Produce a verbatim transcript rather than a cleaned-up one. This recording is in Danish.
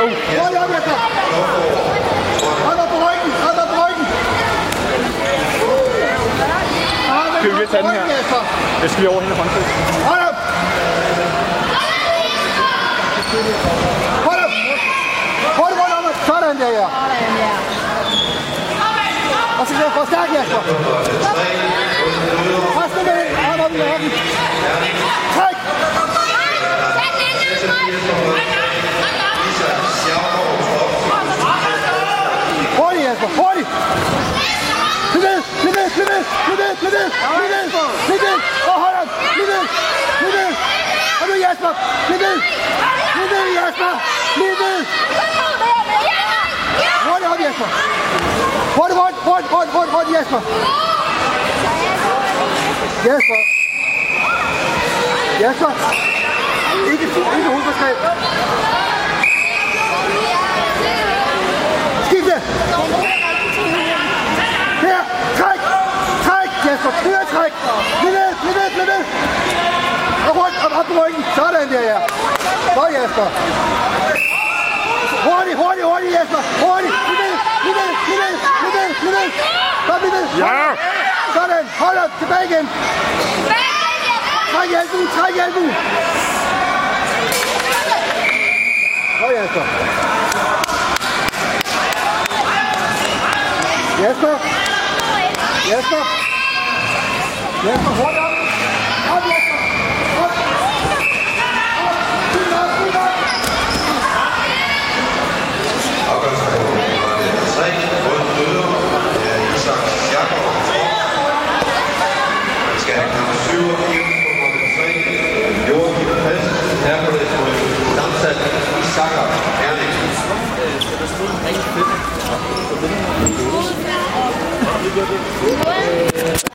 Hurtigt op, Jesper! Hold op på ryggen! Hold op på ryggen! Skal vi lige tage den her? Det skal vi over hende og håndkøbe. Hold op! Hold op! Hurtigt rundt om os! Sådan der, ja! Og så skal jeg få stærk, Jesper! Resten med den! Hold op i nakken! Træk! Hurtigt, Jesper! Hurtigt! Bliv ved! Bliv ved! Bliv ved! Bliv ved! Bliv ved! Bliv ved! Bliv ved! Og hold op! Bliv ved! Bliv ved! Og nu Jesper! Bliv ved! Bliv ved, Jesper! Bliv ved! Hurtigt op, Jesper! Hurtigt, hurtigt, hurtigt, hurtigt, hurtigt, hurtigt, Jesper! Jesper! Jesper! Ikke, ikke hovedforskab! Skift det! Her! Træk! Træk, Jesper! Kør, træk! Bliv ved! Bliv ved! Bliv ved! Og rundt, op, op på ryggen! Sådan der, ja! Så, Jesper! Hurtigt, hurtigt, hurtigt, Jesper! Hurtigt! Bliv ved! Bliv ved! Bliv ved! Bliv ved! Bliv ved! Så bliv ved! Ja! Sådan! Hold op! Tilbage igen! Træk i albuen! Træk i albuen! Så, Jesper! Jesper! Jesper! Jesper, hurtigt op! Op, Jesper! Op! Op! Fint op, fint op! tre, røde møder, Isak Jakob. Vi skal have nummer syv og fire på nummer tre, Joachim Christensen, Hercules på sammensat Isak Erling.